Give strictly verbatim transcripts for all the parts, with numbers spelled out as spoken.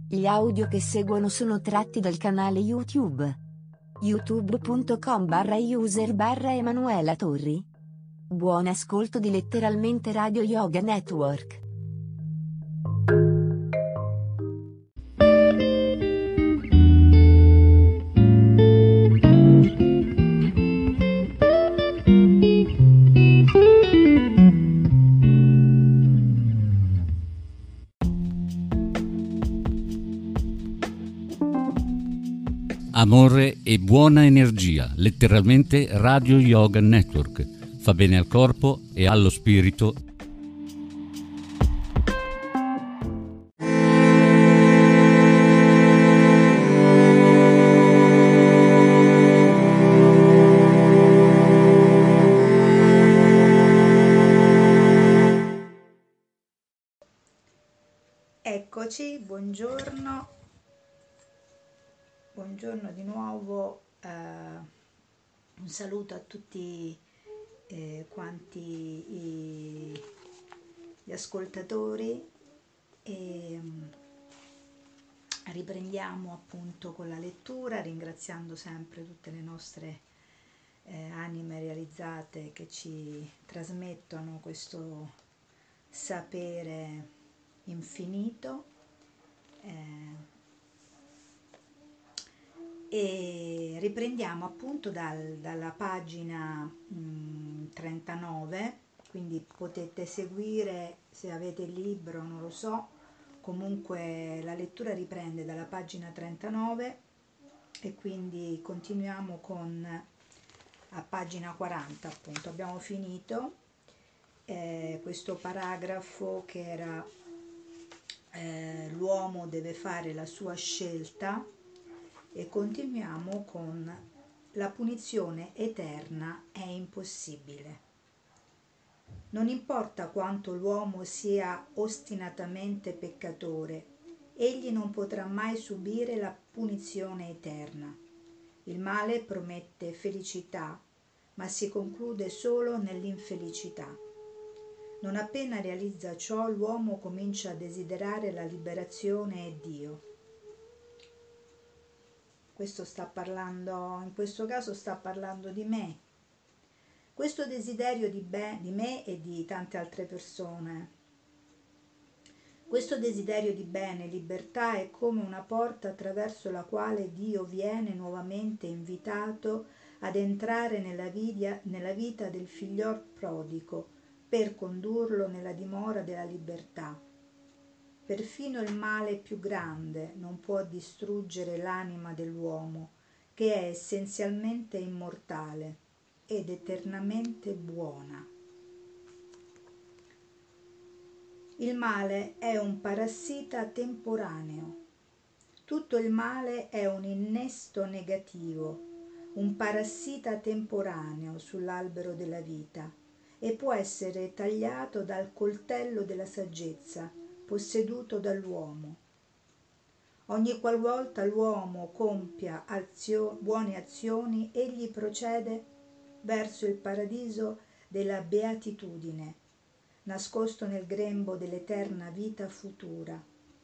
Gli audio che seguono sono tratti dal canale YouTube youtube punto com barra user barra Emanuela Torri. Buon ascolto di Letteralmente Radio Yoga Network. Amore e buona energia, letteralmente Radio Yoga Network. Fa bene al corpo e allo spirito. Eccoci, buongiorno. Buongiorno di nuovo, eh, un saluto a tutti eh, quanti i, gli ascoltatori e um, riprendiamo appunto con la lettura, ringraziando sempre tutte le nostre eh, anime realizzate che ci trasmettono questo sapere infinito. Eh, E riprendiamo appunto dal, dalla pagina mh, trentanove, quindi potete seguire se avete il libro, non lo so, comunque la lettura riprende dalla pagina trentanove e quindi continuiamo con a pagina quaranta, appunto abbiamo finito eh, questo paragrafo che era eh, l'uomo deve fare la sua scelta. E continuiamo con la punizione eterna è impossibile. Non importa quanto l'uomo sia ostinatamente peccatore, egli non potrà mai subire la punizione eterna. Il male promette felicità, ma si conclude solo nell'infelicità. Non appena realizza ciò, l'uomo comincia a desiderare la liberazione e Dio. Questo sta parlando, in questo caso sta parlando di me. Questo desiderio di, be- di me e di tante altre persone. Questo desiderio di bene e libertà è come una porta attraverso la quale Dio viene nuovamente invitato ad entrare nella, vidia, nella vita del figliol prodigo per condurlo nella dimora della libertà. Perfino il male più grande non può distruggere l'anima dell'uomo, che è essenzialmente immortale ed eternamente buona. Il male è un parassita temporaneo. Tutto il male è un innesto negativo, un parassita temporaneo sull'albero della vita e può essere tagliato dal coltello della saggezza posseduto dall'uomo. Ogni qualvolta l'uomo compia azio- buone azioni, egli procede verso il paradiso della beatitudine, nascosto nel grembo dell'eterna vita futura.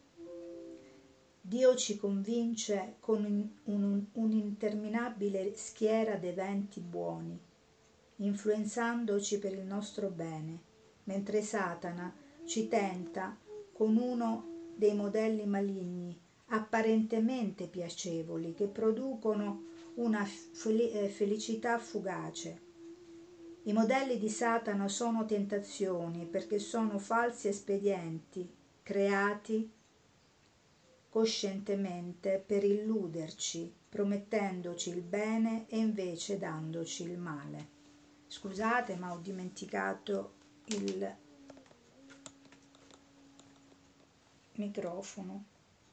Dio ci convince con un, un, un'interminabile schiera di eventi buoni, influenzandoci per il nostro bene, mentre Satana ci tenta con uno dei modelli maligni apparentemente piacevoli che producono una felicità fugace. I modelli di Satana sono tentazioni perché sono falsi espedienti creati coscientemente per illuderci, promettendoci il bene e invece dandoci il male. Scusate, ma ho dimenticato il microfono.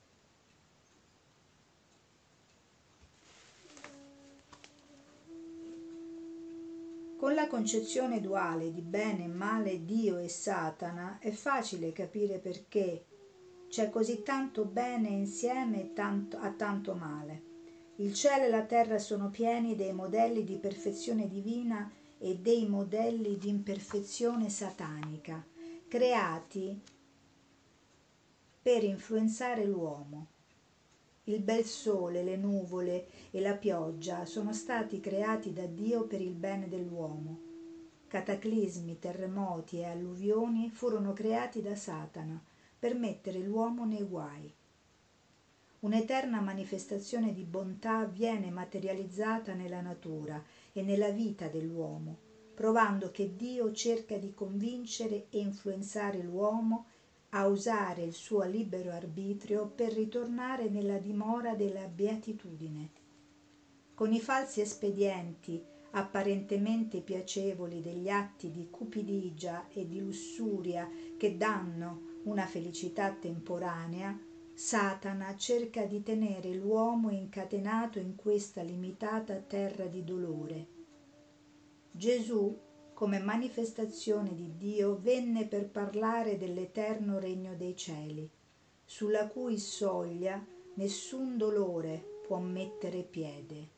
Con la concezione duale di bene e male, Dio e Satana, è facile capire perché c'è così tanto bene insieme e tanto, a tanto male. Il cielo e la terra sono pieni dei modelli di perfezione divina e dei modelli di imperfezione satanica, creati per influenzare l'uomo. Il bel sole, le nuvole e la pioggia sono stati creati da Dio per il bene dell'uomo. Cataclismi, terremoti e alluvioni furono creati da Satana per mettere l'uomo nei guai. Un'eterna manifestazione di bontà viene materializzata nella natura e nella vita dell'uomo, provando che Dio cerca di convincere e influenzare l'uomo a usare il suo libero arbitrio per ritornare nella dimora della beatitudine. Con i falsi espedienti apparentemente piacevoli degli atti di cupidigia e di lussuria che danno una felicità temporanea, Satana cerca di tenere l'uomo incatenato in questa limitata terra di dolore. Gesù, come manifestazione di Dio, venne per parlare dell'eterno regno dei cieli, sulla cui soglia nessun dolore può mettere piede.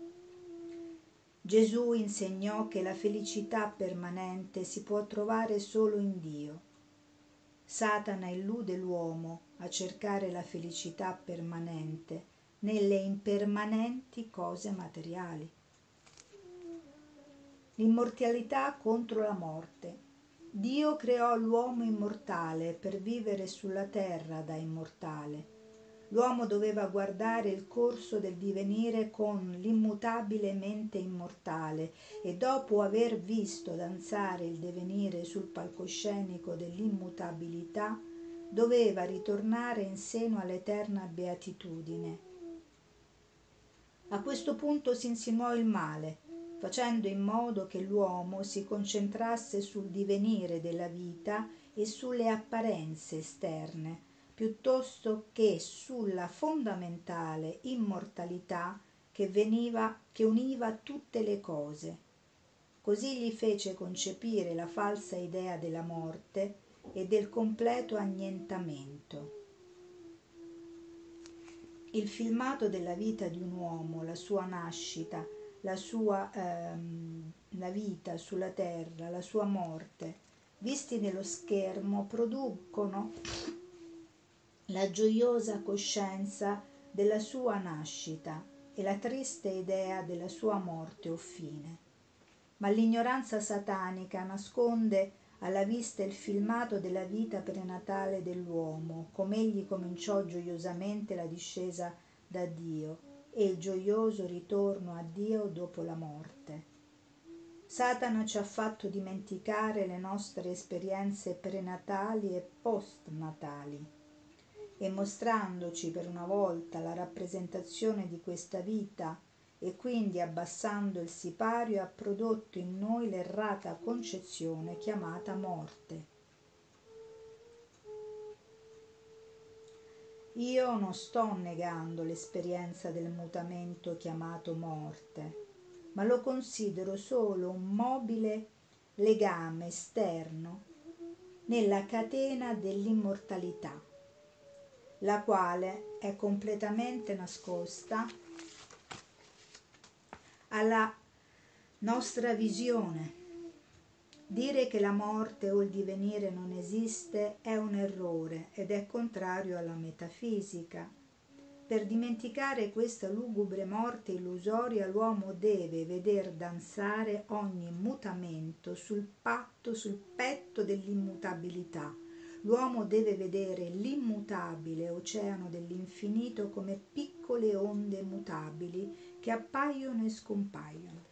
Gesù insegnò che la felicità permanente si può trovare solo in Dio. Satana illude l'uomo a cercare la felicità permanente nelle impermanenti cose materiali. L'immortalità contro la morte. Dio creò l'uomo immortale per vivere sulla terra da immortale. L'uomo doveva guardare il corso del divenire con l'immutabile mente immortale e dopo aver visto danzare il divenire sul palcoscenico dell'immutabilità, doveva ritornare in seno all'eterna beatitudine. A questo punto si insinuò il male, facendo in modo che l'uomo si concentrasse sul divenire della vita e sulle apparenze esterne, piuttosto che sulla fondamentale immortalità che veniva, che univa tutte le cose. Così gli fece concepire la falsa idea della morte e del completo annientamento. Il filmato della vita di un uomo, la sua nascita, la sua ehm, la vita sulla terra, la sua morte, visti nello schermo, producono la gioiosa coscienza della sua nascita e la triste idea della sua morte o fine. Ma l'ignoranza satanica nasconde alla vista il filmato della vita prenatale dell'uomo, come egli cominciò gioiosamente la discesa da Dio e il gioioso ritorno a Dio dopo la morte. Satana ci ha fatto dimenticare le nostre esperienze prenatali e postnatali e mostrandoci per una volta la rappresentazione di questa vita e quindi abbassando il sipario ha prodotto in noi l'errata concezione chiamata morte. Io non sto negando l'esperienza del mutamento chiamato morte, ma lo considero solo un mobile legame esterno nella catena dell'immortalità, la quale è completamente nascosta alla nostra visione. Dire che la morte o il divenire non esiste è un errore ed è contrario alla metafisica. Per dimenticare questa lugubre morte illusoria, l'uomo deve veder danzare ogni mutamento sul patto, sul petto dell'immutabilità. L'uomo deve vedere l'immutabile oceano dell'infinito come piccole onde mutabili che appaiono e scompaiono.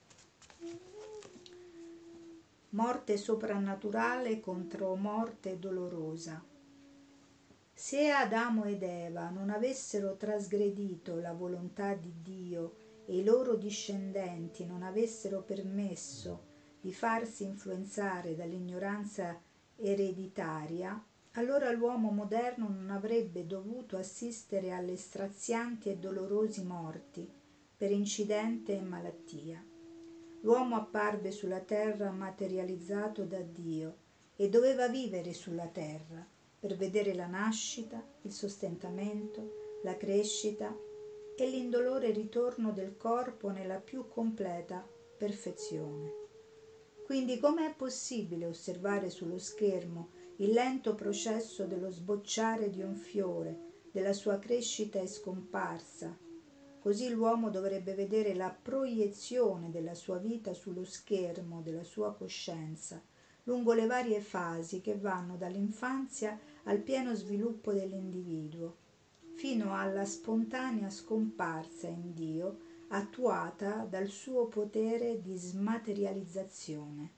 Morte soprannaturale contro morte dolorosa. Se Adamo ed Eva non avessero trasgredito la volontà di Dio e i loro discendenti non avessero permesso di farsi influenzare dall'ignoranza ereditaria, allora l'uomo moderno non avrebbe dovuto assistere alle strazianti e dolorosi morti per incidente e malattia. L'uomo apparve sulla terra materializzato da Dio e doveva vivere sulla terra per vedere la nascita, il sostentamento, la crescita e l'indolore ritorno del corpo nella più completa perfezione. Quindi com'è possibile osservare sullo schermo il lento processo dello sbocciare di un fiore, della sua crescita e scomparsa. Così l'uomo dovrebbe vedere la proiezione della sua vita sullo schermo della sua coscienza, lungo le varie fasi che vanno dall'infanzia al pieno sviluppo dell'individuo, fino alla spontanea scomparsa in Dio, attuata dal suo potere di smaterializzazione.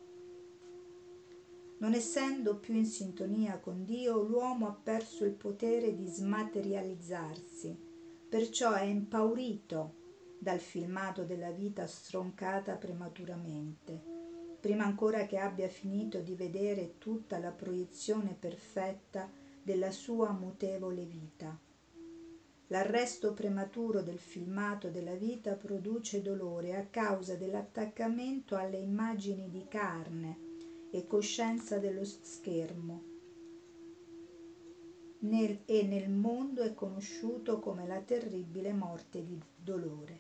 Non essendo più in sintonia con Dio, l'uomo ha perso il potere di smaterializzarsi, perciò è impaurito dal filmato della vita stroncata prematuramente, prima ancora che abbia finito di vedere tutta la proiezione perfetta della sua mutevole vita. L'arresto prematuro del filmato della vita produce dolore a causa dell'attaccamento alle immagini di carne e coscienza dello schermo. Nel, e nel mondo è conosciuto come la terribile morte di dolore.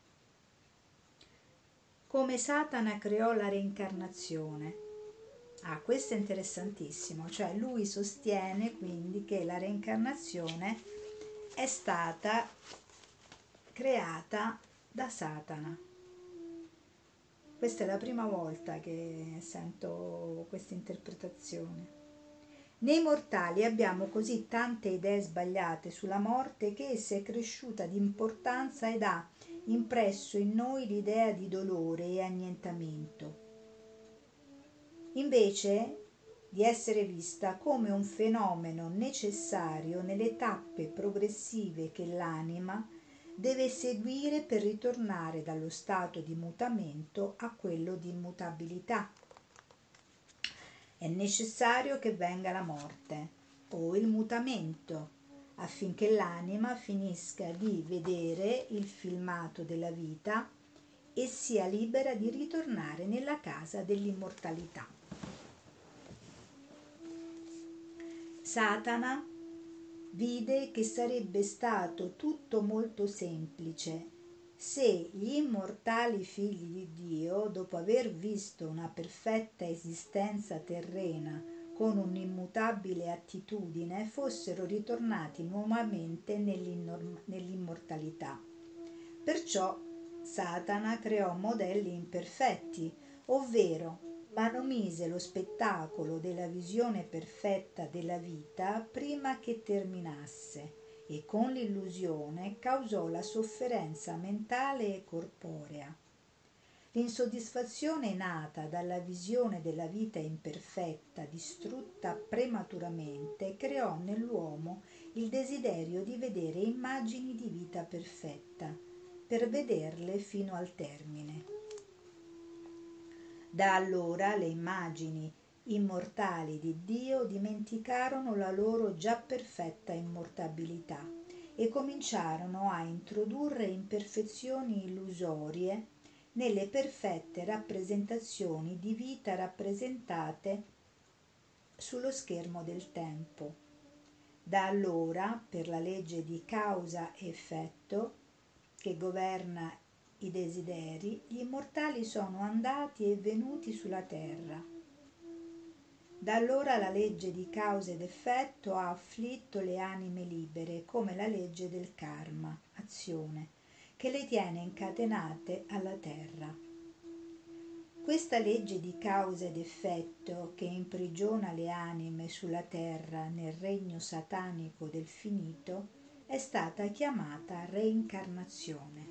Come Satana creò la reincarnazione. Ah, questo è interessantissimo, cioè lui sostiene quindi che la reincarnazione è stata creata da Satana. Questa è la prima volta che sento questa interpretazione. Nei mortali abbiamo così tante idee sbagliate sulla morte che essa è cresciuta di importanza ed ha impresso in noi l'idea di dolore e annientamento, invece di essere vista come un fenomeno necessario nelle tappe progressive che l'anima deve seguire per ritornare dallo stato di mutamento a quello di immutabilità. È necessario che venga la morte o il mutamento affinché l'anima finisca di vedere il filmato della vita e sia libera di ritornare nella casa dell'immortalità. Satana vide che sarebbe stato tutto molto semplice se gli immortali figli di Dio, dopo aver visto una perfetta esistenza terrena con un'immutabile attitudine, fossero ritornati nuovamente nell'immortalità. Perciò Satana creò modelli imperfetti, ovvero manomise lo spettacolo della visione perfetta della vita prima che terminasse e con l'illusione causò la sofferenza mentale e corporea. L'insoddisfazione nata dalla visione della vita imperfetta distrutta prematuramente creò nell'uomo il desiderio di vedere immagini di vita perfetta, per vederle fino al termine. Da allora le immagini immortali di Dio dimenticarono la loro già perfetta immortabilità e cominciarono a introdurre imperfezioni illusorie nelle perfette rappresentazioni di vita rappresentate sullo schermo del tempo. Da allora, per la legge di causa e effetto che governa i desideri, gli immortali sono andati e venuti sulla terra. Da allora la legge di causa ed effetto ha afflitto le anime libere come la legge del karma, azione, che le tiene incatenate alla terra. Questa legge di causa ed effetto che imprigiona le anime sulla terra nel regno satanico del finito è stata chiamata reincarnazione.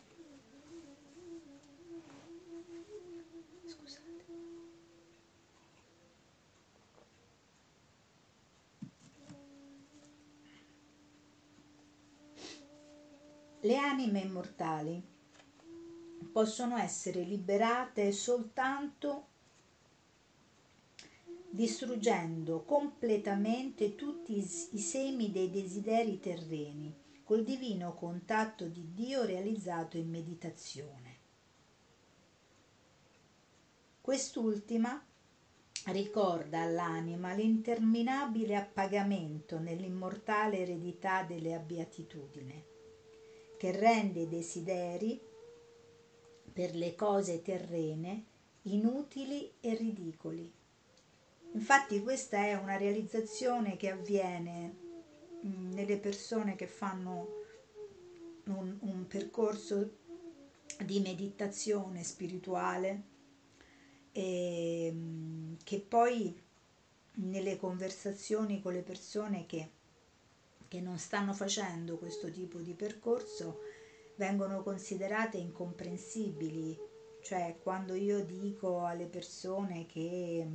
Le anime immortali possono essere liberate soltanto distruggendo completamente tutti i semi dei desideri terreni, col divino contatto di Dio realizzato in meditazione. Quest'ultima ricorda all'anima l'interminabile appagamento nell'immortale eredità delle beatitudini, che rende i desideri per le cose terrene inutili e ridicoli. Infatti questa è una realizzazione che avviene mh, nelle persone che fanno un, un percorso di meditazione spirituale e mh, che poi nelle conversazioni con le persone che, che non stanno facendo questo tipo di percorso vengono considerate incomprensibili. Cioè, quando io dico alle persone che,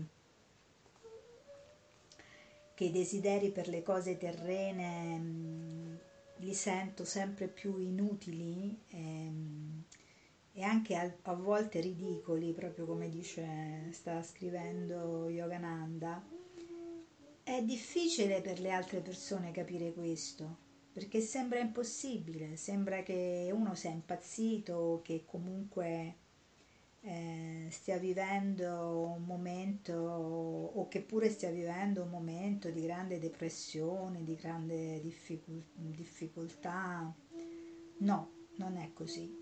che i desideri per le cose terrene mh, li sento sempre più inutili ehm, e anche a, a volte ridicoli, proprio come dice, sta scrivendo Yogananda, è difficile per le altre persone capire questo, perché sembra impossibile, sembra che uno sia impazzito, che comunque eh, stia vivendo un momento, o che pure stia vivendo un momento di grande depressione, di grande difficul- difficoltà. No, non è così.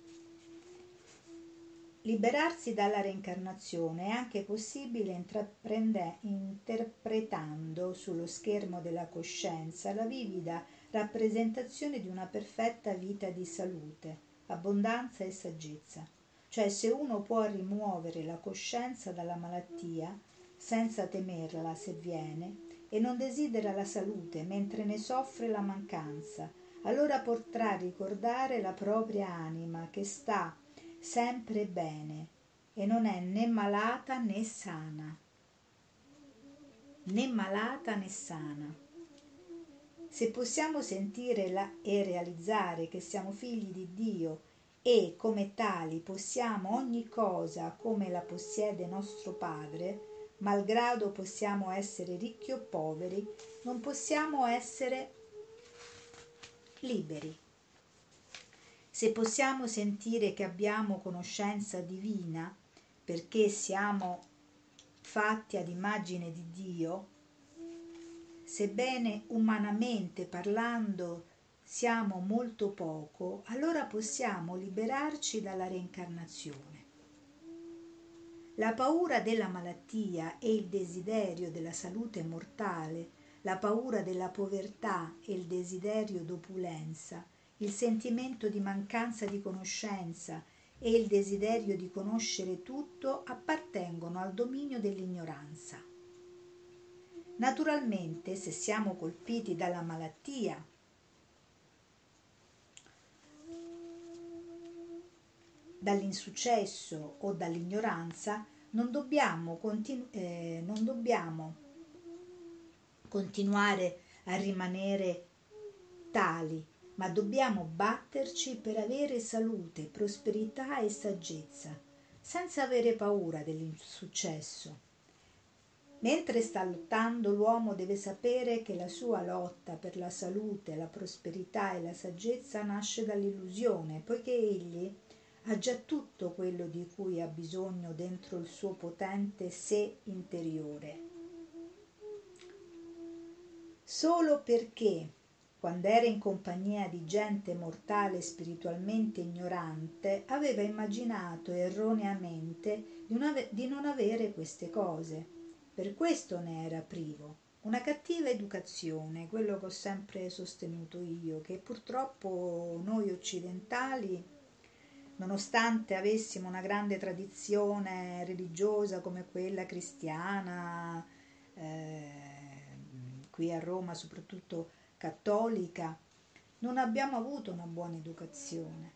Liberarsi dalla reincarnazione è anche possibile intraprende- interpretando sullo schermo della coscienza la vivida rappresentazione di una perfetta vita di salute, abbondanza e saggezza. Cioè, se uno può rimuovere la coscienza dalla malattia senza temerla se viene e non desidera la salute mentre ne soffre la mancanza, allora potrà ricordare la propria anima che sta sempre bene e non è né malata né sana, né malata né sana. Se possiamo sentire la, e realizzare che siamo figli di Dio e come tali possiamo ogni cosa come la possiede nostro Padre, malgrado possiamo essere ricchi o poveri, non possiamo essere liberi. Se possiamo sentire che abbiamo conoscenza divina perché siamo fatti ad immagine di Dio, sebbene umanamente parlando siamo molto poco, allora possiamo liberarci dalla reincarnazione. La paura della malattia e il desiderio della salute mortale, la paura della povertà e il desiderio d'opulenza, il sentimento di mancanza di conoscenza e il desiderio di conoscere tutto appartengono al dominio dell'ignoranza. Naturalmente, se siamo colpiti dalla malattia, dall'insuccesso o dall'ignoranza, non dobbiamo, continu- eh, non dobbiamo continuare a rimanere tali, ma dobbiamo batterci per avere salute, prosperità e saggezza, senza avere paura dell'insuccesso. Mentre sta lottando, l'uomo deve sapere che la sua lotta per la salute, la prosperità e la saggezza nasce dall'illusione, poiché egli ha già tutto quello di cui ha bisogno dentro il suo potente sé interiore. Solo perché, quando era in compagnia di gente mortale e spiritualmente ignorante, aveva immaginato erroneamente di, una, di non avere queste cose. Per questo ne era privo. Una cattiva educazione, quello che ho sempre sostenuto io, che purtroppo noi occidentali, nonostante avessimo una grande tradizione religiosa come quella cristiana, eh, qui a Roma soprattutto cattolica, non abbiamo avuto una buona educazione.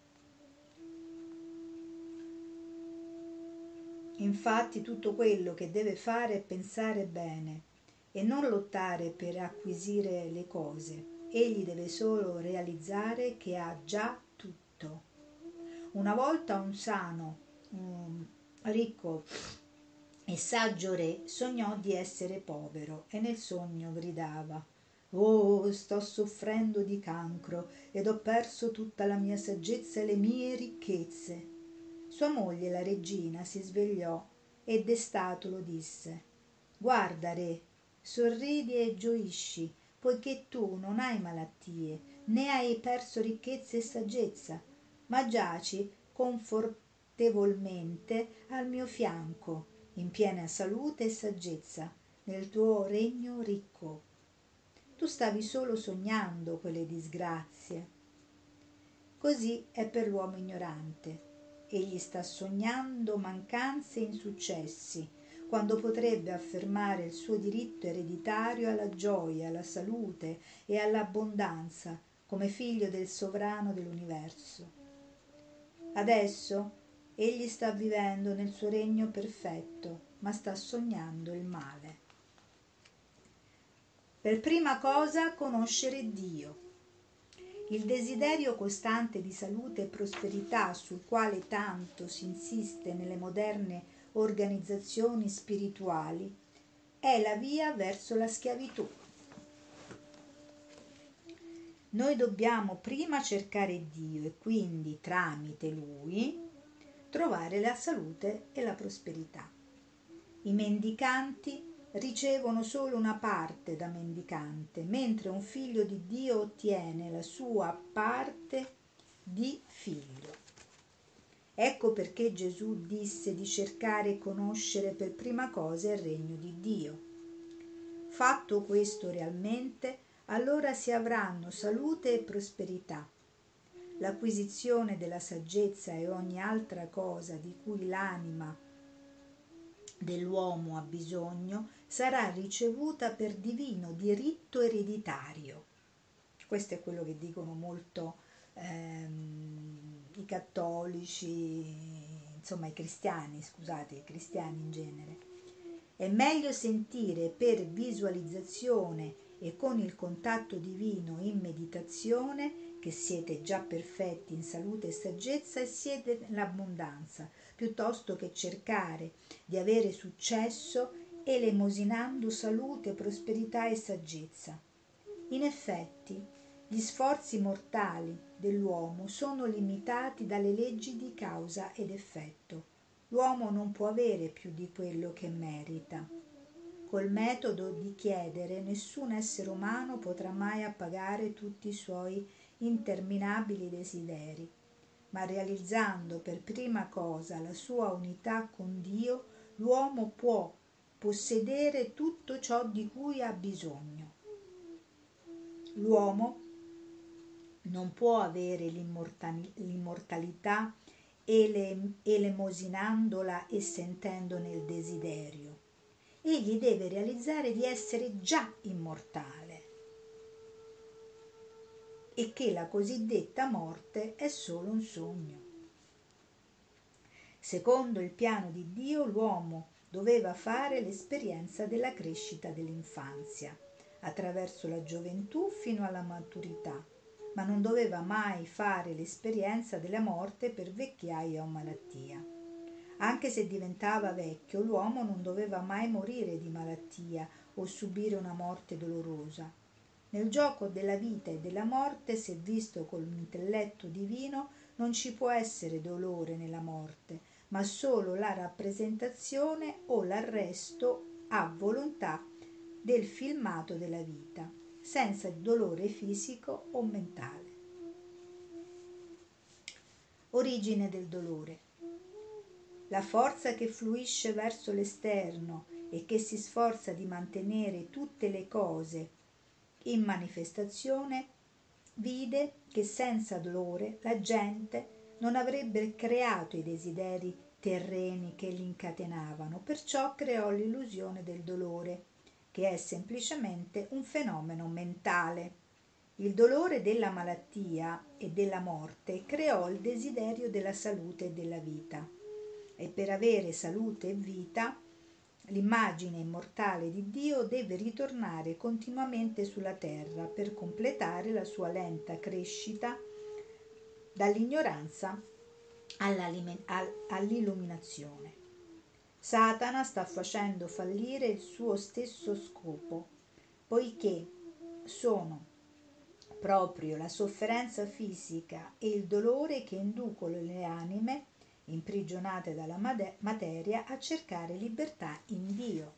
Infatti tutto quello che deve fare è pensare bene e non lottare per acquisire le cose. Egli deve solo realizzare che ha già tutto. Una volta un sano, un ricco e saggio re sognò di essere povero e nel sogno gridava: «Oh, sto soffrendo di cancro ed ho perso tutta la mia saggezza e le mie ricchezze». Sua moglie, la regina, si svegliò e destatolo disse: «Guarda, re, sorridi e gioisci, poiché tu non hai malattie, né hai perso ricchezze e saggezza, ma giaci confortevolmente al mio fianco, in piena salute e saggezza, nel tuo regno ricco». Tu stavi solo sognando quelle disgrazie. Così è per l'uomo ignorante. Egli sta sognando mancanze e insuccessi, quando potrebbe affermare il suo diritto ereditario alla gioia, alla salute e all'abbondanza come figlio del sovrano dell'universo. Adesso egli sta vivendo nel suo regno perfetto, ma sta sognando il male. Per prima cosa, conoscere Dio. Il desiderio costante di salute e prosperità sul quale tanto si insiste nelle moderne organizzazioni spirituali è la via verso la schiavitù. Noi dobbiamo prima cercare Dio e quindi tramite Lui trovare la salute e la prosperità. I mendicanti ricevono solo una parte da mendicante, mentre un figlio di Dio ottiene la sua parte di figlio. Ecco perché Gesù disse di cercare e conoscere per prima cosa il regno di Dio. Fatto questo realmente, allora si avranno salute e prosperità. L'acquisizione della saggezza e ogni altra cosa di cui l'anima dell'uomo ha bisogno sarà ricevuta per divino diritto ereditario. Questo è quello che dicono molto ehm, i cattolici, insomma i cristiani, scusate, i cristiani in genere. È meglio sentire per visualizzazione e con il contatto divino in meditazione che siete già perfetti in salute e saggezza e siete nell'abbondanza, piuttosto che cercare di avere successo elemosinando salute, prosperità e saggezza. In effetti, gli sforzi mortali dell'uomo sono limitati dalle leggi di causa ed effetto. L'uomo non può avere più di quello che merita. Col metodo di chiedere, nessun essere umano potrà mai appagare tutti i suoi interminabili desideri, ma realizzando per prima cosa la sua unità con Dio, l'uomo può possedere tutto ciò di cui ha bisogno. L'uomo non può avere l'immortalità ele- elemosinandola e sentendone il desiderio. Egli deve realizzare di essere già immortale e che la cosiddetta morte è solo un sogno. Secondo il piano di Dio, l'uomo doveva fare l'esperienza della crescita dell'infanzia, attraverso la gioventù fino alla maturità, ma non doveva mai fare l'esperienza della morte per vecchiaia o malattia. Anche se diventava vecchio, l'uomo non doveva mai morire di malattia o subire una morte dolorosa. Nel gioco della vita e della morte, se visto con l'intelletto divino, non ci può essere dolore nella morte, ma solo la rappresentazione o l'arresto a volontà del filmato della vita, senza dolore fisico o mentale. Origine del dolore. La forza che fluisce verso l'esterno e che si sforza di mantenere tutte le cose in manifestazione vide che senza dolore la gente non avrebbe creato i desideri terreni che li incatenavano, perciò creò l'illusione del dolore, che è semplicemente un fenomeno mentale. Il dolore della malattia e della morte creò il desiderio della salute e della vita. E per avere salute e vita, l'immagine immortale di Dio deve ritornare continuamente sulla terra per completare la sua lenta crescita dall'ignoranza all'illuminazione. Satana sta facendo fallire il suo stesso scopo, poiché sono proprio la sofferenza fisica e il dolore che inducono le anime imprigionate dalla materia a cercare libertà in Dio.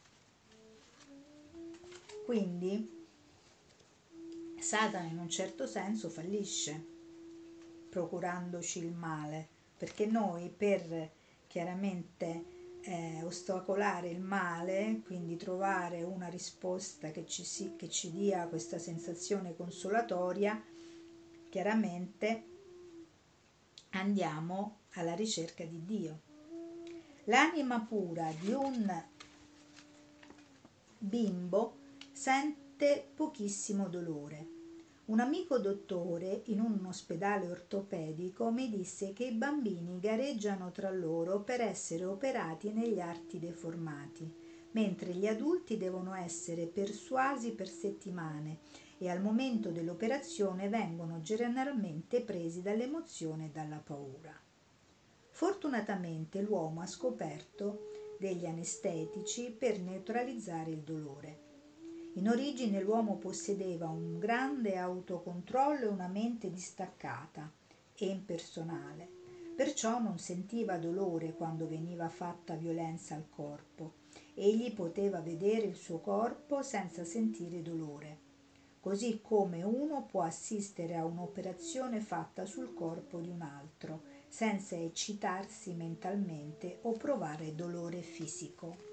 Quindi Satana in un certo senso fallisce procurandoci il male, perché noi per chiaramente eh, ostacolare il male, quindi trovare una risposta che ci, si, che ci dia questa sensazione consolatoria, chiaramente andiamo alla ricerca di Dio. L'anima pura di un bimbo sente pochissimo dolore. Un amico dottore in un ospedale ortopedico mi disse che i bambini gareggiano tra loro per essere operati negli arti deformati, mentre gli adulti devono essere persuasi per settimane e al momento dell'operazione vengono generalmente presi dall'emozione e dalla paura. Fortunatamente l'uomo ha scoperto degli anestetici per neutralizzare il dolore. In origine l'uomo possedeva un grande autocontrollo e una mente distaccata e impersonale, perciò non sentiva dolore quando veniva fatta violenza al corpo. Egli poteva vedere il suo corpo senza sentire dolore, così come uno può assistere a un'operazione fatta sul corpo di un altro, senza eccitarsi mentalmente o provare dolore fisico.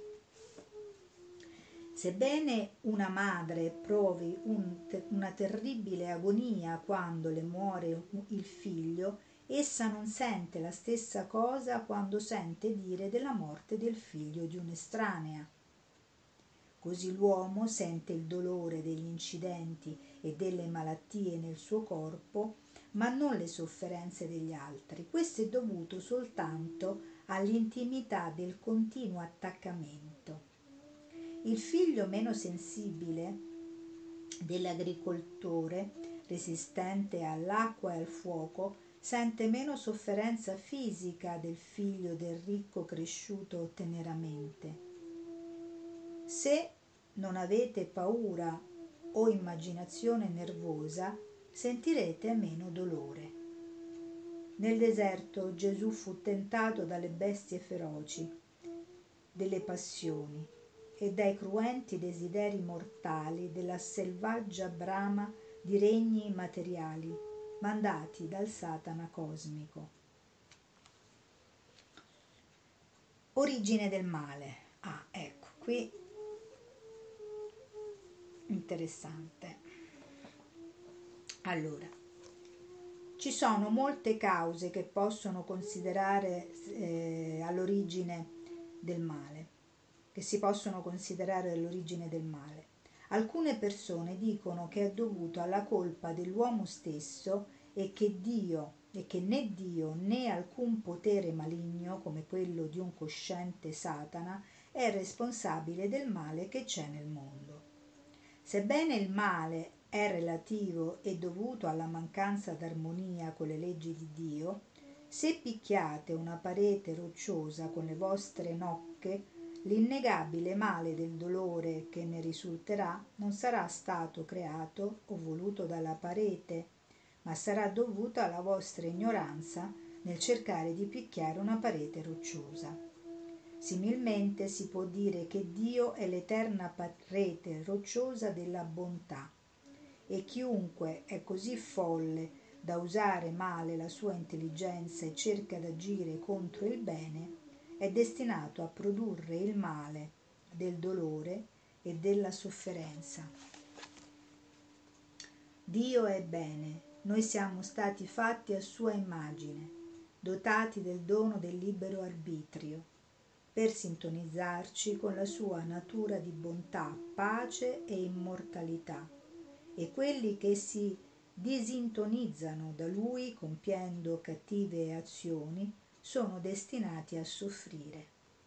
Sebbene una madre provi un te- una terribile agonia quando le muore il figlio, essa non sente la stessa cosa quando sente dire della morte del figlio di un'estranea. Così l'uomo sente il dolore degli incidenti e delle malattie nel suo corpo, ma non le sofferenze degli altri. Questo è dovuto soltanto all'intimità del continuo attaccamento. Il figlio meno sensibile dell'agricoltore, resistente all'acqua e al fuoco, sente meno sofferenza fisica del figlio del ricco cresciuto teneramente. Se non avete paura o immaginazione nervosa, sentirete meno dolore. Nel deserto Gesù fu tentato dalle bestie feroci, delle passioni e dai cruenti desideri mortali della selvaggia brama di regni materiali mandati dal Satana cosmico. Origine del male. Ah, ecco, qui interessante. Allora, ci sono molte cause che possono considerare eh, all'origine del male, che si possono considerare all'origine del male. Alcune persone dicono che è dovuto alla colpa dell'uomo stesso e che Dio e che né Dio né alcun potere maligno come quello di un cosciente Satana è responsabile del male che c'è nel mondo. Sebbene il male è relativo e dovuto alla mancanza d'armonia con le leggi di Dio, se picchiate una parete rocciosa con le vostre nocche, l'innegabile male del dolore che ne risulterà non sarà stato creato o voluto dalla parete, ma sarà dovuto alla vostra ignoranza nel cercare di picchiare una parete rocciosa. Similmente si può dire che Dio è l'eterna parete rocciosa della bontà e chiunque è così folle da usare male la sua intelligenza e cerca d'agire contro il bene è destinato a produrre il male del dolore e della sofferenza. Dio è bene, noi siamo stati fatti a sua immagine, dotati del dono del libero arbitrio, per sintonizzarci con la sua natura di bontà, pace e immortalità, e quelli che si disintonizzano da lui compiendo cattive azioni sono destinati a soffrire.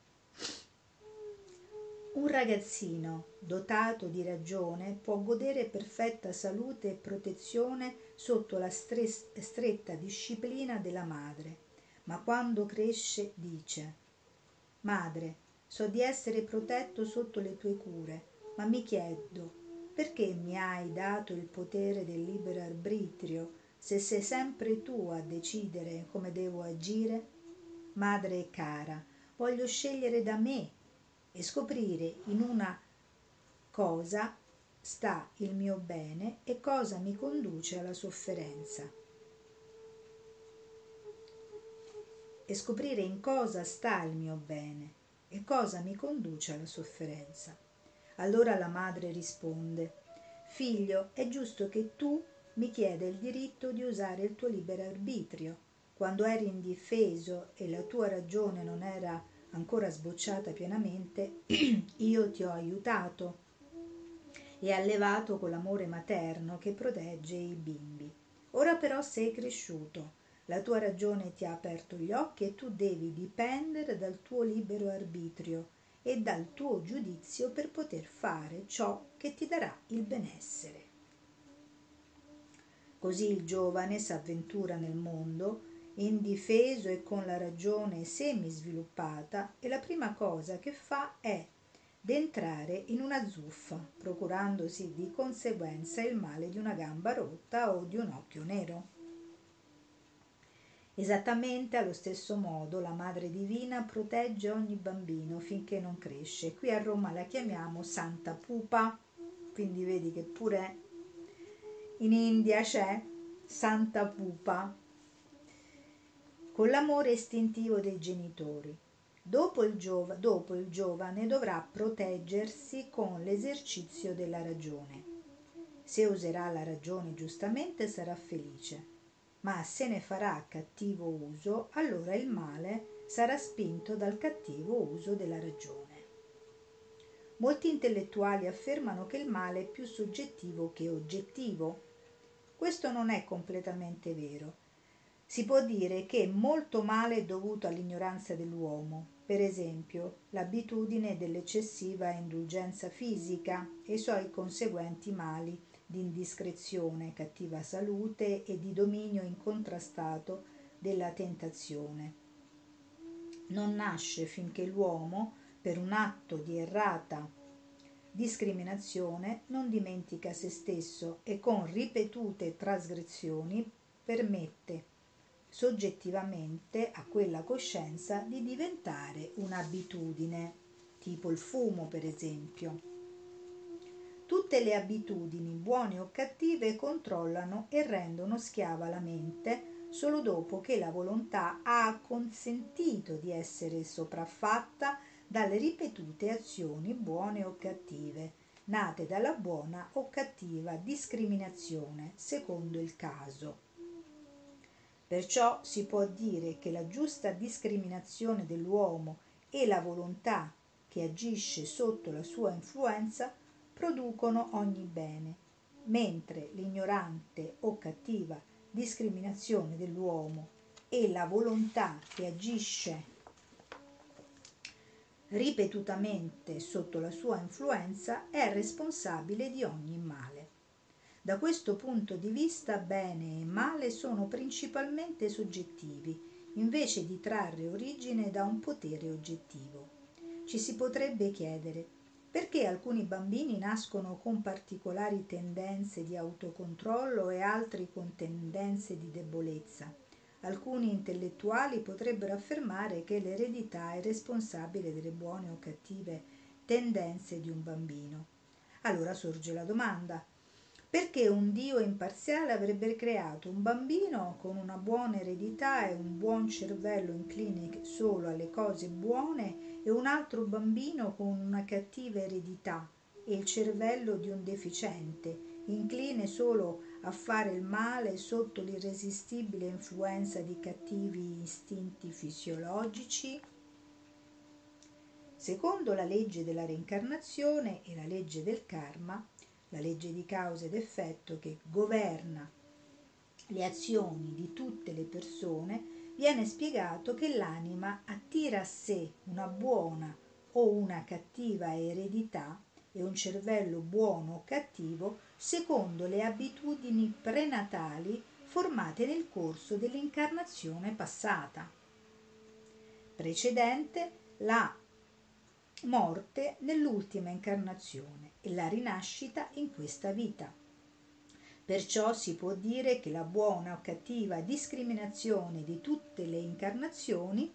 Un ragazzino dotato di ragione può godere perfetta salute e protezione sotto la stres- stretta disciplina della madre, ma quando cresce dice: «Madre, so di essere protetto sotto le tue cure, ma mi chiedo, perché mi hai dato il potere del libero arbitrio se sei sempre tu a decidere come devo agire? Madre cara, voglio scegliere da me e scoprire in una cosa sta il mio bene e cosa mi conduce alla sofferenza. E scoprire in cosa sta il mio bene e cosa mi conduce alla sofferenza. Allora la madre risponde: figlio, è giusto che tu mi chieda il diritto di usare il tuo libero arbitrio. Quando eri indifeso e la tua ragione non era ancora sbocciata pienamente, io ti ho aiutato e allevato con l'amore materno che protegge i bimbi. Ora però sei cresciuto, la tua ragione ti ha aperto gli occhi e tu devi dipendere dal tuo libero arbitrio e dal tuo giudizio per poter fare ciò che ti darà il benessere. Così il giovane s'avventura nel mondo, indifeso e con la ragione semi-sviluppata, e la prima cosa che fa è d'entrare in una zuffa, procurandosi di conseguenza il male di una gamba rotta o di un occhio nero. Esattamente allo stesso modo la Madre Divina protegge ogni bambino finché non cresce. Qui a Roma la chiamiamo Santa Pupa, quindi vedi che pure in India c'è Santa Pupa, con l'amore istintivo dei genitori. Dopo il, giov- dopo il giovane dovrà proteggersi con l'esercizio della ragione. Se userà la ragione giustamente sarà felice, ma se ne farà cattivo uso, allora il male sarà spinto dal cattivo uso della ragione. Molti intellettuali affermano che il male è più soggettivo che oggettivo. Questo non è completamente vero. Si può dire che molto male è dovuto all'ignoranza dell'uomo, per esempio l'abitudine dell'eccessiva indulgenza fisica e i suoi conseguenti mali di indiscrezione, cattiva salute e di dominio incontrastato della tentazione. Non nasce finché l'uomo, per un atto di errata discriminazione, non dimentica se stesso e con ripetute trasgressioni permette soggettivamente a quella coscienza di diventare un'abitudine, tipo il fumo per esempio. Tutte le abitudini, buone o cattive, controllano e rendono schiava la mente solo dopo che la volontà ha consentito di essere sopraffatta dalle ripetute azioni buone o cattive, nate dalla buona o cattiva discriminazione, secondo il caso. Perciò si può dire che la giusta discriminazione dell'uomo e la volontà che agisce sotto la sua influenza producono ogni bene, mentre l'ignorante o cattiva discriminazione dell'uomo e la volontà che agisce ripetutamente sotto la sua influenza è responsabile di ogni male. Da questo punto di vista bene e male sono principalmente soggettivi, invece di trarre origine da un potere oggettivo. Ci si potrebbe chiedere: perché alcuni bambini nascono con particolari tendenze di autocontrollo e altri con tendenze di debolezza? Alcuni intellettuali potrebbero affermare che l'eredità è responsabile delle buone o cattive tendenze di un bambino. Allora sorge la domanda: perché un Dio imparziale avrebbe creato un bambino con una buona eredità e un buon cervello incline solo alle cose buone e un altro bambino con una cattiva eredità e il cervello di un deficiente, incline solo a fare il male sotto l'irresistibile influenza di cattivi istinti fisiologici? Secondo la legge della reincarnazione e la legge del karma, la legge di causa ed effetto che governa le azioni di tutte le persone, viene spiegato che l'anima attira a sé una buona o una cattiva eredità e un cervello buono o cattivo secondo le abitudini prenatali formate nel corso dell'incarnazione passata, precedente la morte nell'ultima incarnazione e la rinascita in questa vita. Perciò si può dire che la buona o cattiva discriminazione di tutte le incarnazioni,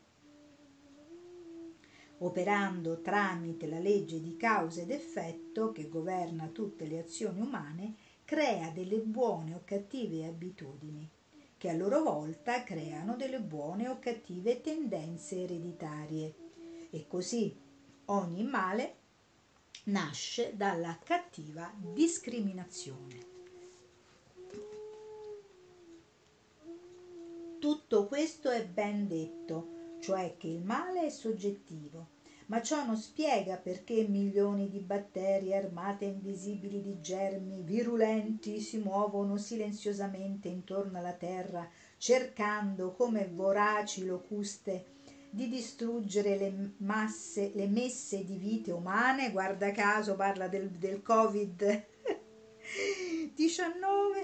operando tramite la legge di causa ed effetto che governa tutte le azioni umane, crea delle buone o cattive abitudini, che a loro volta creano delle buone o cattive tendenze ereditarie. E così Ogni male nasce dalla cattiva discriminazione. Tutto questo è ben detto, cioè che il male è soggettivo, ma ciò non spiega perché milioni di batteri armate invisibili di germi virulenti si muovono silenziosamente intorno alla Terra, cercando come voraci locuste di distruggere le masse, le messe di vite umane. Guarda caso parla del, del covid diciannove.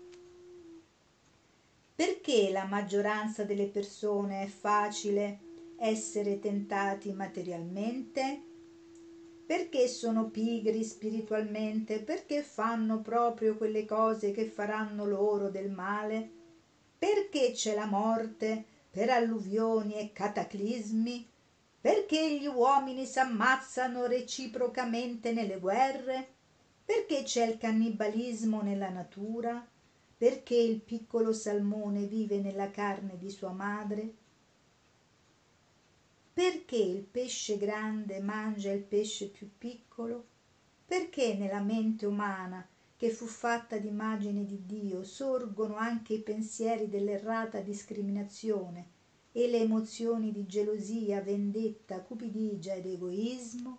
Perché la maggioranza delle persone è facile essere tentati materialmente? Perché sono pigri spiritualmente? Perché fanno proprio quelle cose che faranno loro del male? Perché c'è la morte per alluvioni e cataclismi? Perché gli uomini s'ammazzano reciprocamente nelle guerre? Perché c'è il cannibalismo nella natura? Perché il piccolo salmone vive nella carne di sua madre? Perché il pesce grande mangia il pesce più piccolo? Perché nella mente umana, che fu fatta d'immagine di Dio, sorgono anche i pensieri dell'errata discriminazione e le emozioni di gelosia, vendetta, cupidigia ed egoismo?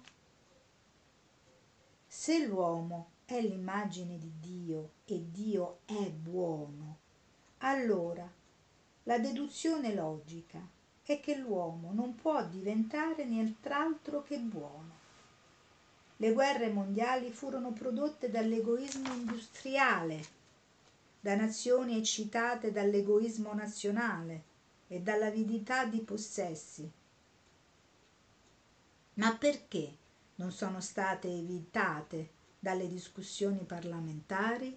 Se l'uomo è l'immagine di Dio e Dio è buono, allora la deduzione logica è che l'uomo non può diventare nient'altro che buono. Le guerre mondiali furono prodotte dall'egoismo industriale, da nazioni eccitate dall'egoismo nazionale e dall'avidità di possessi. Ma perché non sono state evitate dalle discussioni parlamentari?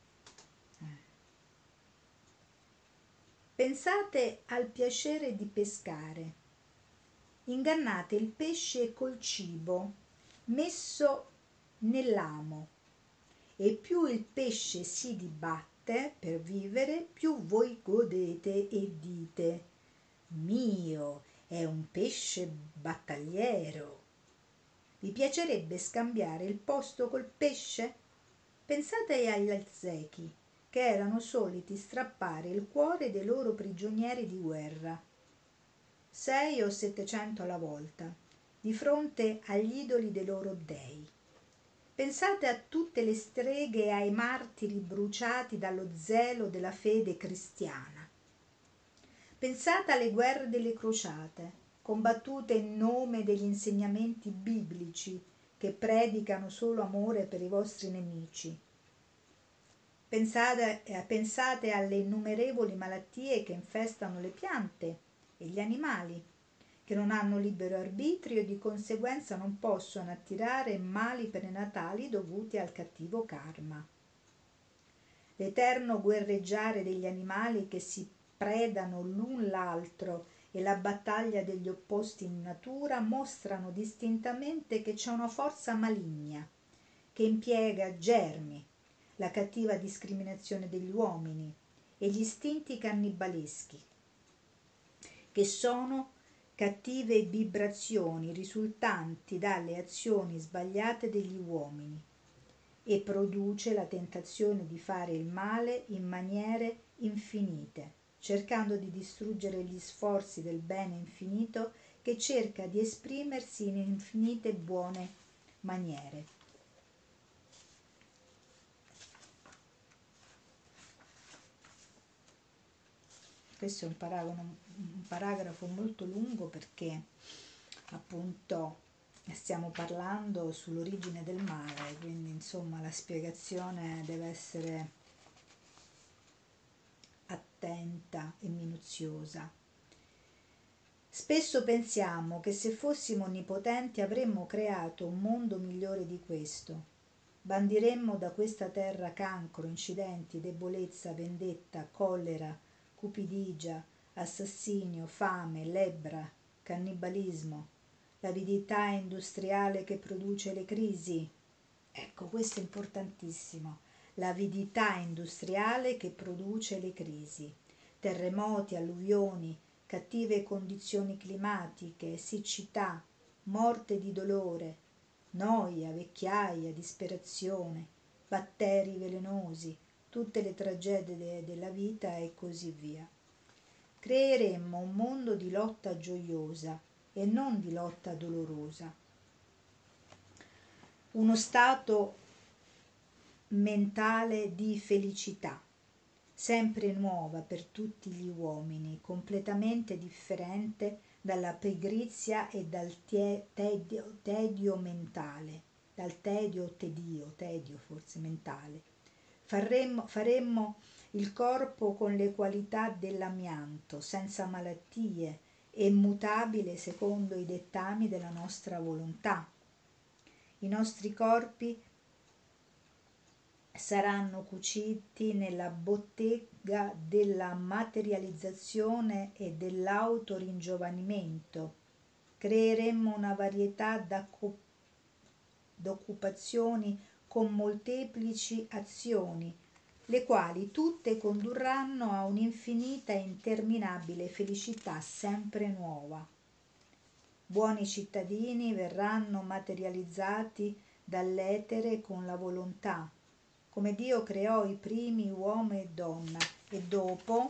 Pensate al piacere di pescare. Ingannate il pesce col cibo messo nell'amo, e più il pesce si dibatte per vivere, più voi godete e dite: mio, è un pesce battagliero. Vi piacerebbe scambiare il posto col pesce? Pensate agli Aztechi, che erano soliti strappare il cuore dei loro prigionieri di guerra, sei o settecento alla volta, di fronte agli idoli dei loro dei. Pensate a tutte le streghe e ai martiri bruciati dallo zelo della fede cristiana. Pensate alle guerre delle crociate, combattute in nome degli insegnamenti biblici che predicano solo amore per i vostri nemici. Pensate, eh, pensate alle innumerevoli malattie che infestano le piante e gli animali, che non hanno libero arbitrio e di conseguenza non possono attirare mali prenatali dovuti al cattivo karma. L'eterno guerreggiare degli animali che si predano l'un l'altro e la battaglia degli opposti in natura mostrano distintamente che c'è una forza maligna che impiega germi, la cattiva discriminazione degli uomini e gli istinti cannibaleschi, che sono cattive vibrazioni risultanti dalle azioni sbagliate degli uomini, e produce la tentazione di fare il male in maniere infinite, cercando di distruggere gli sforzi del bene infinito che cerca di esprimersi in infinite buone maniere. Questo è un paragrafo, un paragrafo molto lungo perché appunto stiamo parlando sull'origine del male, quindi insomma la spiegazione deve essere attenta e minuziosa. Spesso pensiamo che se fossimo onnipotenti avremmo creato un mondo migliore di questo. Bandiremmo da questa terra cancro, incidenti, debolezza, vendetta, collera, cupidigia, assassinio, fame, lebbra, cannibalismo, l'avidità industriale che produce le crisi. Ecco, questo è importantissimo, l'avidità industriale che produce le crisi, terremoti, alluvioni, cattive condizioni climatiche, siccità, morte di dolore, noia, vecchiaia, disperazione, batteri velenosi, tutte le tragedie de- della vita e così via. Creeremmo un mondo di lotta gioiosa e non di lotta dolorosa. Uno stato mentale di felicità, sempre nuova per tutti gli uomini, completamente differente dalla pigrizia e dal tie- tedio, tedio mentale, dal tedio o tedio, tedio forse mentale. Faremmo, faremmo il corpo con le qualità dell'amianto, senza malattie e mutabile secondo i dettami della nostra volontà. I nostri corpi saranno cuciti nella bottega della materializzazione e dell'autoringiovanimento. Creeremmo una varietà d'occupazioni con molteplici azioni, le quali tutte condurranno a un'infinita e interminabile felicità sempre nuova. Buoni cittadini verranno materializzati dall'etere con la volontà, come Dio creò i primi uomo e donna, e dopo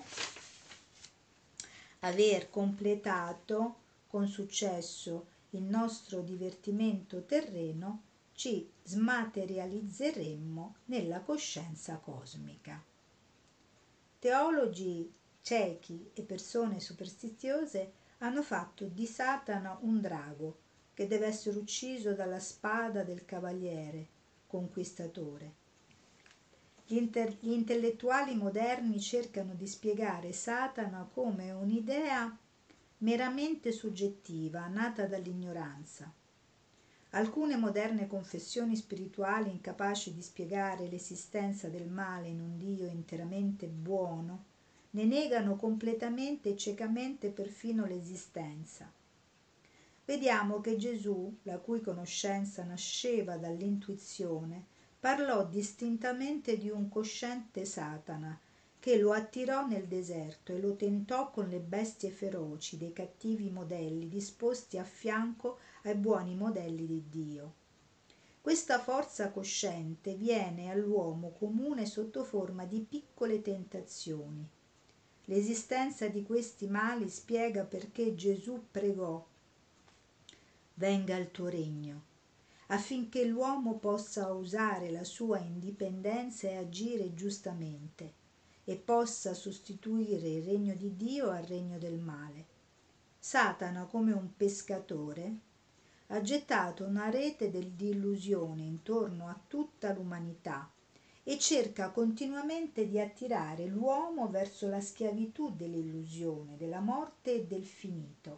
aver completato con successo il nostro divertimento terreno, ci smaterializzeremmo nella coscienza cosmica. Teologi ciechi e persone superstiziose hanno fatto di Satana un drago che deve essere ucciso dalla spada del cavaliere conquistatore. Gli, inter- gli intellettuali moderni cercano di spiegare Satana come un'idea meramente soggettiva, nata dall'ignoranza. Alcune moderne confessioni spirituali, incapaci di spiegare l'esistenza del male in un Dio interamente buono, ne negano completamente e ciecamente perfino l'esistenza. Vediamo che Gesù, la cui conoscenza nasceva dall'intuizione, parlò distintamente di un cosciente Satana che lo attirò nel deserto e lo tentò con le bestie feroci dei cattivi modelli disposti a fianco ai buoni modelli di Dio. Questa forza cosciente viene all'uomo comune sotto forma di piccole tentazioni. L'esistenza di questi mali spiega perché Gesù pregò: «Venga il tuo regno», affinché l'uomo possa usare la sua indipendenza e agire giustamente e possa sostituire il regno di Dio al regno del male. Satana, come un pescatore, ha gettato una rete di illusione intorno a tutta l'umanità e cerca continuamente di attirare l'uomo verso la schiavitù dell'illusione, della morte e del finito.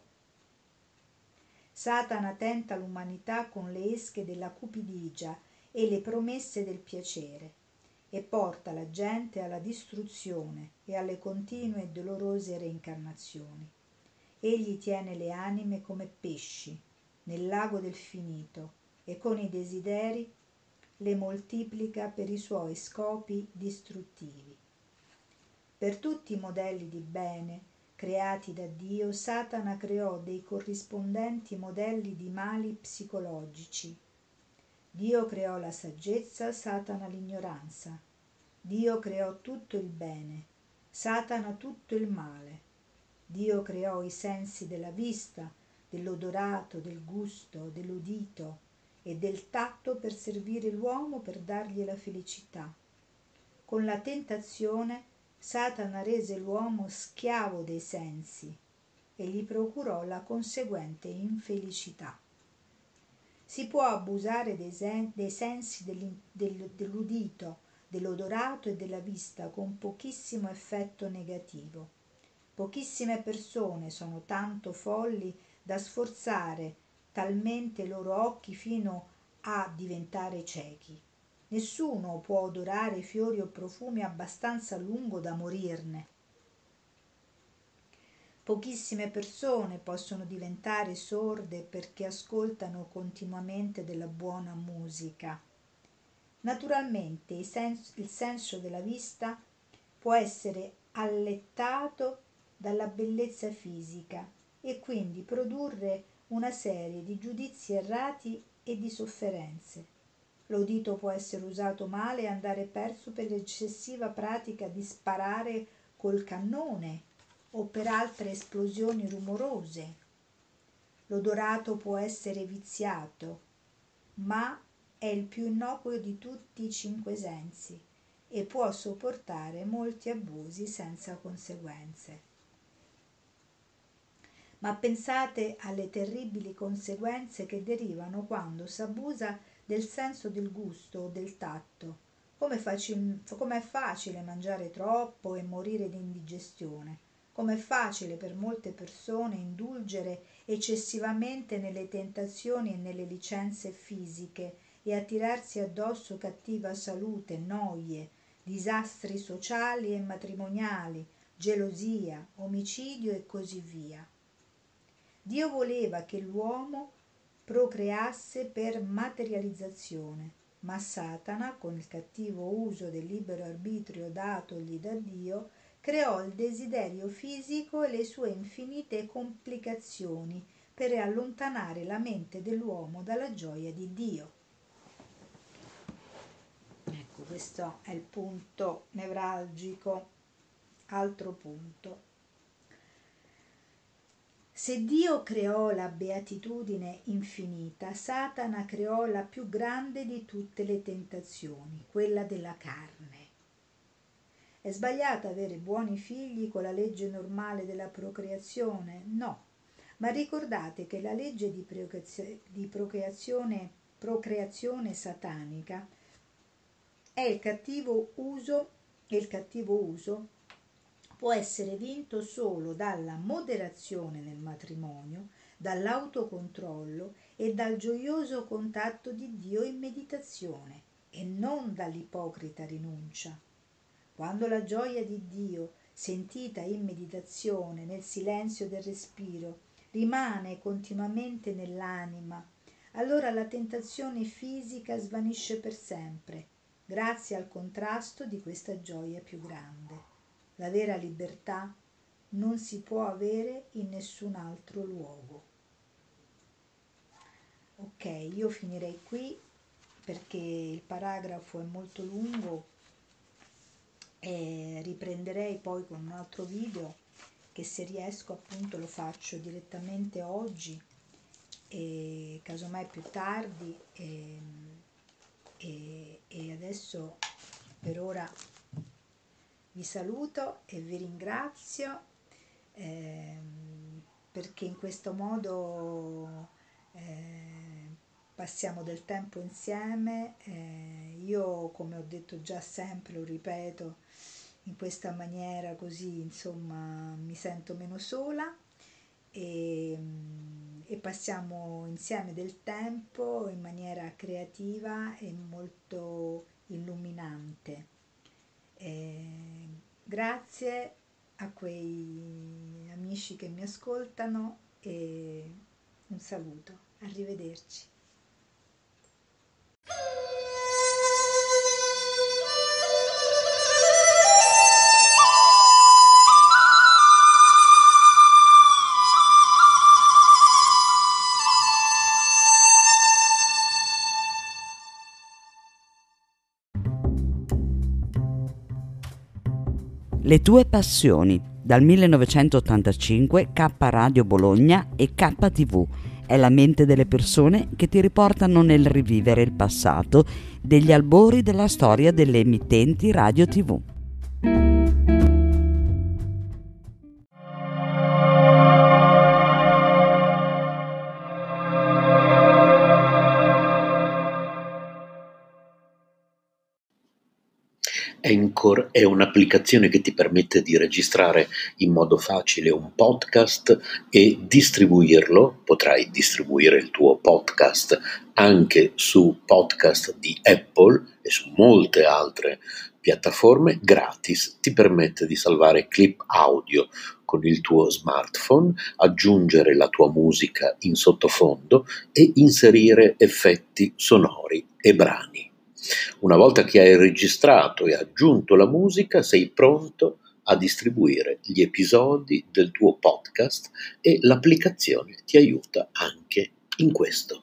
Satana tenta l'umanità con le esche della cupidigia e le promesse del piacere e porta la gente alla distruzione e alle continue e dolorose reincarnazioni. Egli tiene le anime come pesci nel lago del finito e con i desideri le moltiplica per i suoi scopi distruttivi. Per tutti i modelli di bene creati da Dio, Satana creò dei corrispondenti modelli di mali psicologici. Dio creò la saggezza, Satana l'ignoranza. Dio creò tutto il bene, Satana tutto il male. Dio creò i sensi della vista, dell'odorato, del gusto, dell'udito e del tatto per servire l'uomo, per dargli la felicità. Con la tentazione Satana rese l'uomo schiavo dei sensi e gli procurò la conseguente infelicità. Si può abusare dei, sen- dei sensi del- dell'udito, dell'odorato e della vista con pochissimo effetto negativo. Pochissime persone sono tanto folli da sforzare talmente i loro occhi fino a diventare ciechi. Nessuno può odorare fiori o profumi abbastanza a lungo da morirne. Pochissime persone possono diventare sorde perché ascoltano continuamente della buona musica. Naturalmente il senso, il senso della vista può essere allettato dalla bellezza fisica e quindi produrre una serie di giudizi errati e di sofferenze. L'udito può essere usato male e andare perso per l'eccessiva pratica di sparare col cannone o per altre esplosioni rumorose. L'odorato può essere viziato, ma è il più innocuo di tutti i cinque sensi e può sopportare molti abusi senza conseguenze. Ma pensate alle terribili conseguenze che derivano quando si abusa del senso del gusto o del tatto. Come facil- com'è facile mangiare troppo e morire di indigestione. Com'è facile per molte persone indulgere eccessivamente nelle tentazioni e nelle licenze fisiche e attirarsi addosso cattiva salute, noie, disastri sociali e matrimoniali, gelosia, omicidio e così via. Dio voleva che l'uomo procreasse per materializzazione, ma Satana, con il cattivo uso del libero arbitrio datogli da Dio, creò il desiderio fisico e le sue infinite complicazioni per allontanare la mente dell'uomo dalla gioia di Dio. Ecco, questo è il punto nevralgico. Altro punto. Se Dio creò la beatitudine infinita, Satana creò la più grande di tutte le tentazioni, quella della carne. È sbagliato avere buoni figli con la legge normale della procreazione? No, ma ricordate che la legge di procreazione, di procreazione, procreazione satanica è il cattivo uso e il cattivo uso può essere vinto solo dalla moderazione nel matrimonio, dall'autocontrollo e dal gioioso contatto di Dio in meditazione, e non dall'ipocrita rinuncia. Quando la gioia di Dio, sentita in meditazione, nel silenzio del respiro, rimane continuamente nell'anima, allora la tentazione fisica svanisce per sempre, grazie al contrasto di questa gioia più grande. La vera libertà non si può avere in nessun altro luogo. Ok, io finirei qui perché il paragrafo è molto lungo e riprenderei poi con un altro video che, se riesco, appunto lo faccio direttamente oggi e casomai più tardi e, e, e adesso per ora vi saluto e vi ringrazio eh, perché in questo modo eh, passiamo del tempo insieme. Eh, io, come ho detto già sempre, lo ripeto, in questa maniera così, insomma, mi sento meno sola e, e passiamo insieme del tempo in maniera creativa e molto illuminante. Eh, grazie a quei amici che mi ascoltano e un saluto, arrivederci. Le tue passioni, dal millenovecentottantacinque, K Radio Bologna e K T V. È la mente delle persone che ti riportano nel rivivere il passato degli albori della storia delle emittenti radio tivù. Anchor è un'applicazione che ti permette di registrare in modo facile un podcast e distribuirlo. Potrai distribuire il tuo podcast anche su podcast di Apple e su molte altre piattaforme gratis. Ti permette di salvare clip audio con il tuo smartphone, aggiungere la tua musica in sottofondo e inserire effetti sonori e brani. Una volta che hai registrato e aggiunto la musica, sei pronto a distribuire gli episodi del tuo podcast e l'applicazione ti aiuta anche in questo.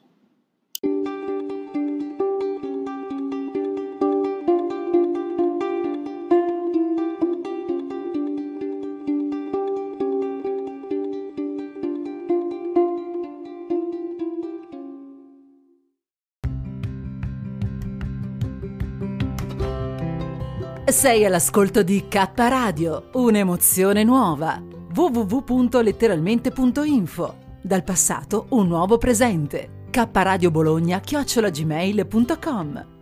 Sei all'ascolto di K Radio, un'emozione nuova. w w w punto letteralmente punto info. Dal passato un nuovo presente. K Radio Bologna chiocciola gmail punto com.